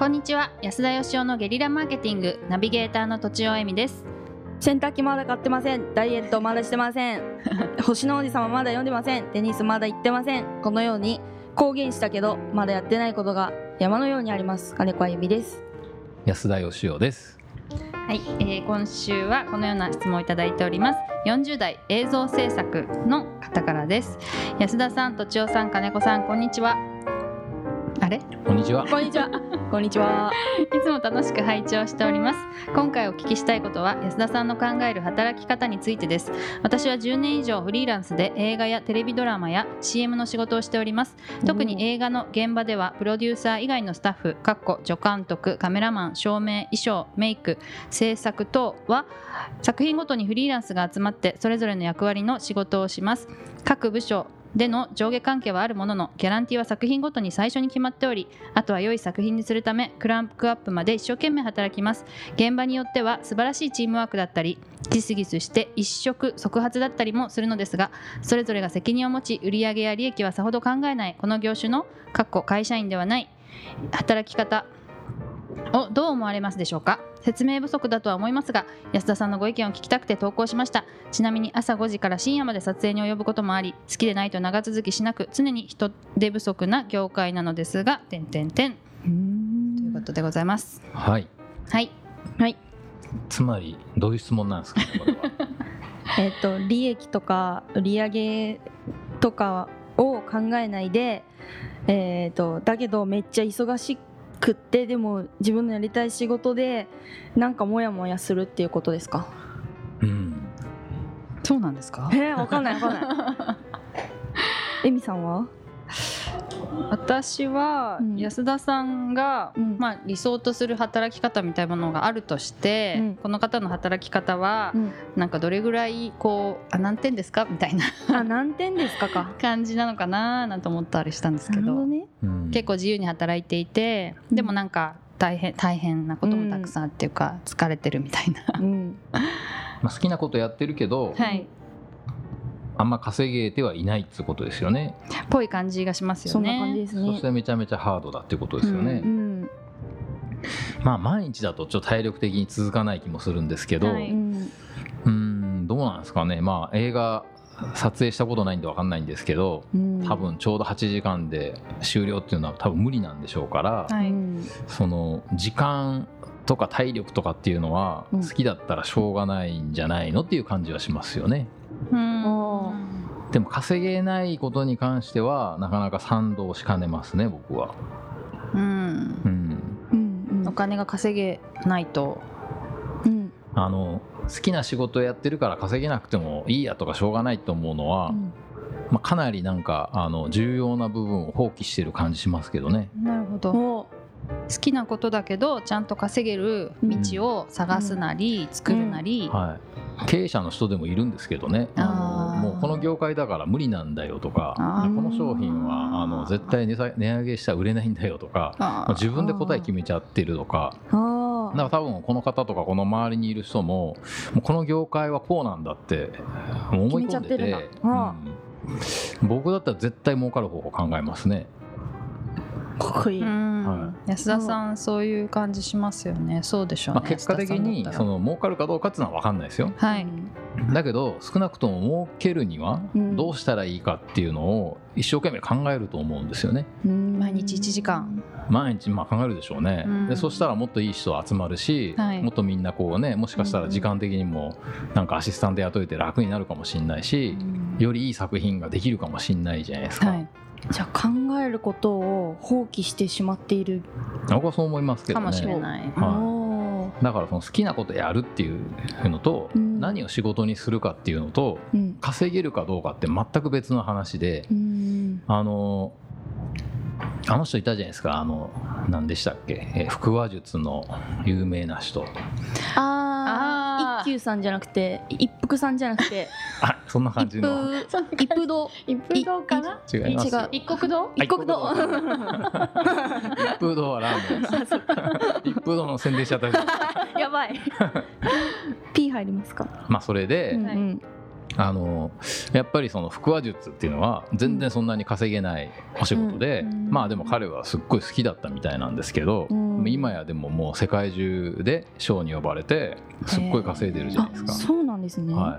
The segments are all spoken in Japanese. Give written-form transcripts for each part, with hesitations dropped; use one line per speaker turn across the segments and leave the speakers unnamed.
こんにちは。安田義雄のゲリラマーケティングナビゲーターのとちおえみです。
洗濯機まだ買ってません。ダイエットまだしてません。星の王子様まだ読んでません。テニスまだ行ってません。このように公言したけどまだやってないことが山のようにあります。金子あゆみです。
安田義雄です。
はい、今週はこのような質問をいただいております。40代映像制作の方からです。安田さん、とちおさん、金子さん、こんにちは。あれ？
こんにちは。
こんにちは。こんにちは。
いつも楽しく拝聴しております。今回お聞きしたいことは安田さんの考える働き方についてです。私は10年以上フリーランスで映画やテレビドラマや CM の仕事をしております。特に映画の現場ではプロデューサー以外のスタッフ助監督、カメラマン、照明、衣装、メイク、制作等は作品ごとにフリーランスが集まってそれぞれの役割の仕事をします。各部署での上下関係はあるものの、ギャランティーは作品ごとに最初に決まっており、あとは良い作品にするためクランクアップまで一生懸命働きます。現場によっては素晴らしいチームワークだったり、ギスギスして一触即発だったりもするのですが、それぞれが責任を持ち売上や利益はさほど考えないこの業種の会社員ではない働き方をどう思われますでしょうか。説明不足だとは思いますが、安田さんのご意見を聞きたくて投稿しました。ちなみに朝5時から深夜まで撮影に及ぶこともあり、好きでないと長続きしなく、常に人手不足な業界なのですが、ということでございます。
はい
はい
はい。
つまりどういう質問なんですかね、これは。
利益とか売上とかを考えないで、だけどめっちゃ忙しくってでも自分のやりたい仕事でなんかモヤモヤするっていうことですか。
そうなんですか。
わかんないえみさんは？
私は安田さんが、理想とする働き方みたいなものがあるとして、この方の働き方は、なんかどれぐらい何点ですかみたいな
何点ですか
感じなのかななんて思ったりしたんですけど、
ね、
結構自由に働いていて、でもなんか大変なこともたくさんあっていうか、疲れてるみたいな、
好きなことやってるけど、
はい、
あんま稼げてはいないってことですよね。
ぽい感じがしますよね。
そんな感じですね。
そしてめちゃめちゃハードだってことですよね。毎日だとちょっと体力的に続かない気もするんですけど、はい、どうなんですかね。映画撮影したことないんで分かんないんですけど、多分ちょうど8時間で終了っていうのは多分無理なんでしょうから、はい、その時間とか体力とかっていうのは好きだったらしょうがないんじゃないのっていう感じはしますよね。でも稼げないことに関してはなかなか賛同しかねますね、僕は。
お金が稼げないと、
好きな仕事をやってるから稼げなくてもいいやとかしょうがないと思うのは、かなりなんか重要な部分を放棄してる感じしますけどね。
なるほど。好きなことだけどちゃんと稼げる道を探すなり、作るなり、
経営者の人でもいるんですけどね、もうこの業界だから無理なんだよとか、この商品は絶対値上げしたら売れないんだよとか、自分で答え決めちゃってるとか、だから多分この方とかこの周りにいる人もこの業界はこうなんだって思い込んでて、僕だったら絶対儲かる方法を考えますね。
かっこいい。
安田さんそういう感じしますよね。そうでしょうね。
結果的に儲かるかどうかっていうのは分かんないですよ。だけど少なくとも儲けるにはどうしたらいいかっていうのを一生懸命考えると思うんですよね。
毎日1時間
毎日考えるでしょうね。でそしたらもっといい人集まるし、もっとみんなもしかしたら時間的にもなんかアシスタント雇えて楽になるかもしれないし、よりいい作品ができるかもしれないじゃないですか。
じゃあ考えることを放棄してしまっている。
僕はそう思いますけどね。
かもしれない。
だからその好きなことやるっていうのと、何を仕事にするかっていうのと、稼げるかどうかって全く別の話で、あの人いたじゃないですか。何でしたっけ、腹話術の有名な人。
一休さんじゃなくて一服さんじゃなくて
そんな感じの
一風堂
かな。
違いますよ。
一国堂
一風堂はラーメンです。一風堂の宣伝しちゃった
やばいP 入りますか。
それで、 やっぱりその腹話術っていうのは全然そんなに稼げないお仕事で、まあでも彼はすっごい好きだったみたいなんですけど、今やでももう世界中で賞に呼ばれてすっごい稼いでるじゃないですか。
そうなんですね。
はい、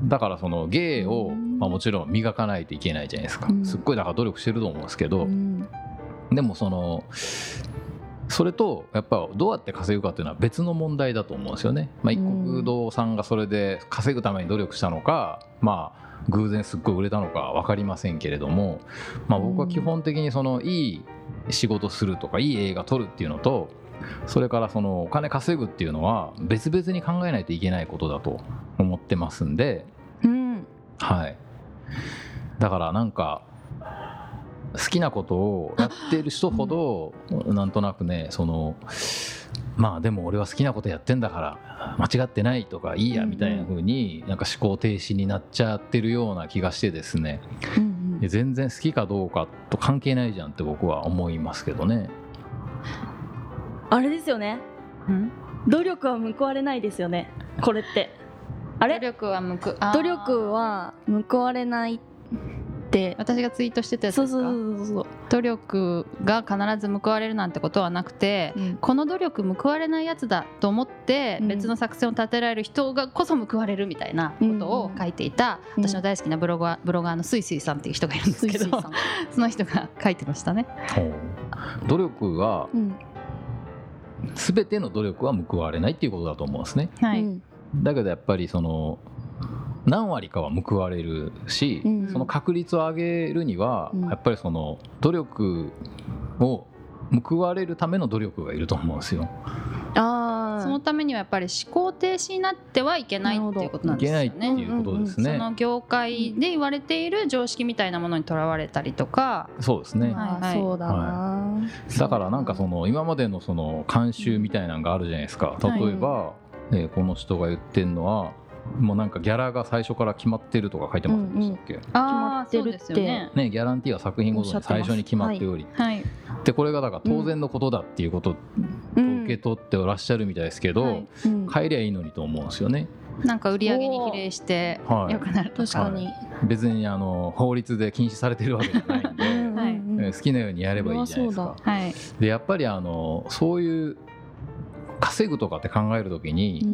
だからその芸を、もちろん磨かないといけないじゃないですか。すっごいだから努力してると思うんですけど、でもそれとやっぱどうやって稼ぐかっていうのは別の問題だと思うんですよね。一国堂さんがそれで稼ぐために努力したのか、偶然すっごい売れたのか分かりませんけれども、僕は基本的にいい仕事するとかいい映画撮るっていうのと、それからお金稼ぐっていうのは別々に考えないといけないことだと思ってますんで、はい、だからなんか好きなことをやっている人ほどなんとなくね、でも俺は好きなことやってんだから間違ってないとかいいやみたいな風になんか思考停止になっちゃってるような気がしてですね、全然好きかどうかと関係ないじゃんって僕は思いますけどね。
あれですよね、努力は報われないですよね、これって。あれ、
努力は
報われないって
私がツイートしてたやつですか。そう努力が必ず報われるなんてことはなくて、この努力報われないやつだと思って別の作戦を立てられる人がこそ報われるみたいなことを書いていた、私の大好きなブロガーのスイスイさんっていう人がいるんですけど、その人が書いてましたね。
努力は、全ての努力は報われないっていうことだと思うんですね。だけどやっぱり何割かは報われるし、その確率を上げるにはやっぱり努力を報われるための努力がいると思うんですよ。
そのためにはやっぱり思考停止になってはいけないっていうことなんですよね。いけないっていうことですね。その業界で言われている常識みたいなものにとらわれたりとか。
そうですね。
そうだな。
だからなんか今までの慣習みたいなのがあるじゃないですか。例えば、この人が言ってるのはもうなんかギャラが最初から決まってるとか書いてませんでしたっけ。
決まってるって
ね、ギャランティーは作品ごとに最初に決まっており、でこれがだから当然のことだっていうことを受け取っておらっしゃるみたいですけど、帰りゃいいのにと思うんですよね。
なんか売り上げに比例して良くなるとか、
確かに
別に法律で禁止されてるわけじゃないんで、好きなようにやればいいじゃないですか。でやっぱりそういう稼ぐとかって考えるときに、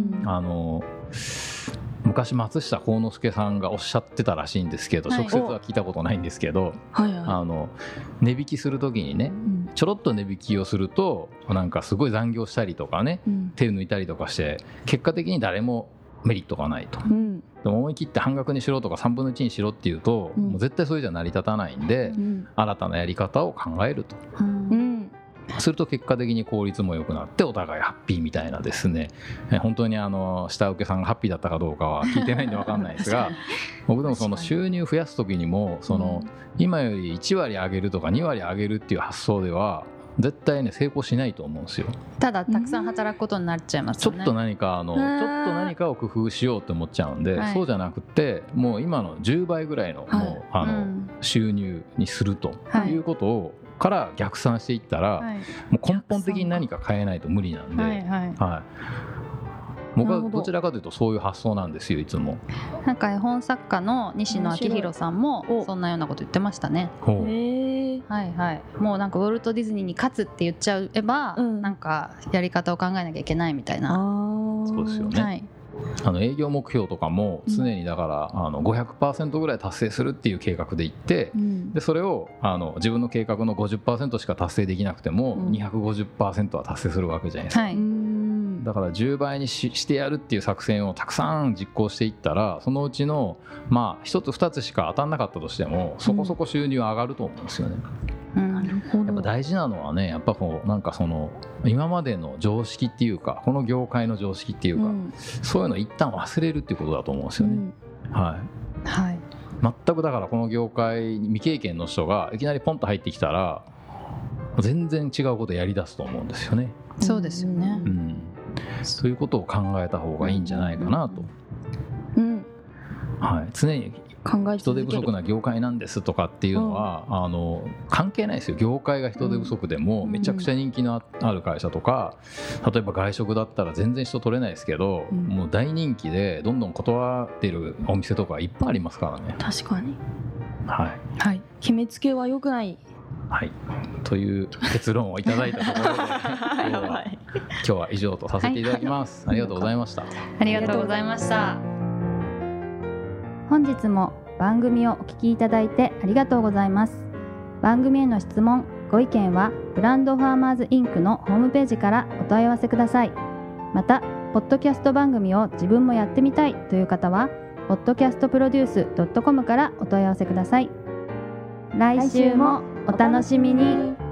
昔松下幸之助さんがおっしゃってたらしいんですけど、直接は聞いたことないんですけど、値引きするときにね、ちょろっと値引きをするとなんかすごい残業したりとかね、手抜いたりとかして結果的に誰もメリットがないと、でも思い切って半額にしろとか3分の1にしろっていうと、もう絶対それじゃ成り立たないんで、新たなやり方を考えると、すると結果的に効率も良くなってお互いハッピーみたいなですね、本当に下請けさんがハッピーだったかどうかは聞いてないんで分かんないですが僕でも収入増やす時にも今より1割上げるとか2割上げるっていう発想では絶対ね成功しないと思うんですよ。
ただたくさん働くことになっちゃいますよね。
ちょっと何かを工夫しようと思っちゃうんで、そうじゃなくてもう今の10倍ぐらいのもう収入にするということをから逆算していったら、もう根本的に何か変えないと無理なんで、僕はどちらかというとそういう発想なんですよいつも。
なんか絵本作家の西野昭弘さんもそんなようなこと言ってましたね。もうなんかウォルト・ディズニーに勝つって言っちゃえば、なんかやり方を考えなきゃいけないみたいな。
そうですよね。営業目標とかも常にだから500% ぐらい達成するっていう計画でいって、でそれを自分の計画の 50% しか達成できなくても 250% は達成するわけじゃないですか。だから10倍にしてやるっていう作戦をたくさん実行していったら、そのうちの1つ2つしか当たんなかったとしてもそこそこ収入上がると思うんですよね。やっぱ大事なのはね、やっぱなんか今までの常識っていうかこの業界の常識っていうか、そういうのを一旦忘れるっていうことだと思うんですよね。全くだからこの業界未経験の人がいきなりポンと入ってきたら全然違うことやりだすと思うんですよね。
そうですよね。
そういうことを考えた方がいいんじゃないかなと。常に人手不足な業界なんですとかっていうのは、関係ないですよ。業界が人手不足でもめちゃくちゃ人気のある会社とか、例えば外食だったら全然人取れないですけど、もう大人気でどんどん断ってるお店とかいっぱいありますからね。
確かに。
はい、
はい、決めつけは良くない、
はい、という結論をいただいたところで今日は以上とさせていただきます、はい、ありがとうございました。
ありがとうございました。本日も番組をお聞きいただいてありがとうございます。番組への質問ご意見はブランドファーマーズインクのホームページからお問い合わせください。またポッドキャスト番組を自分もやってみたいという方はpodcastproduce.com からお問い合わせください。来週もお楽しみに。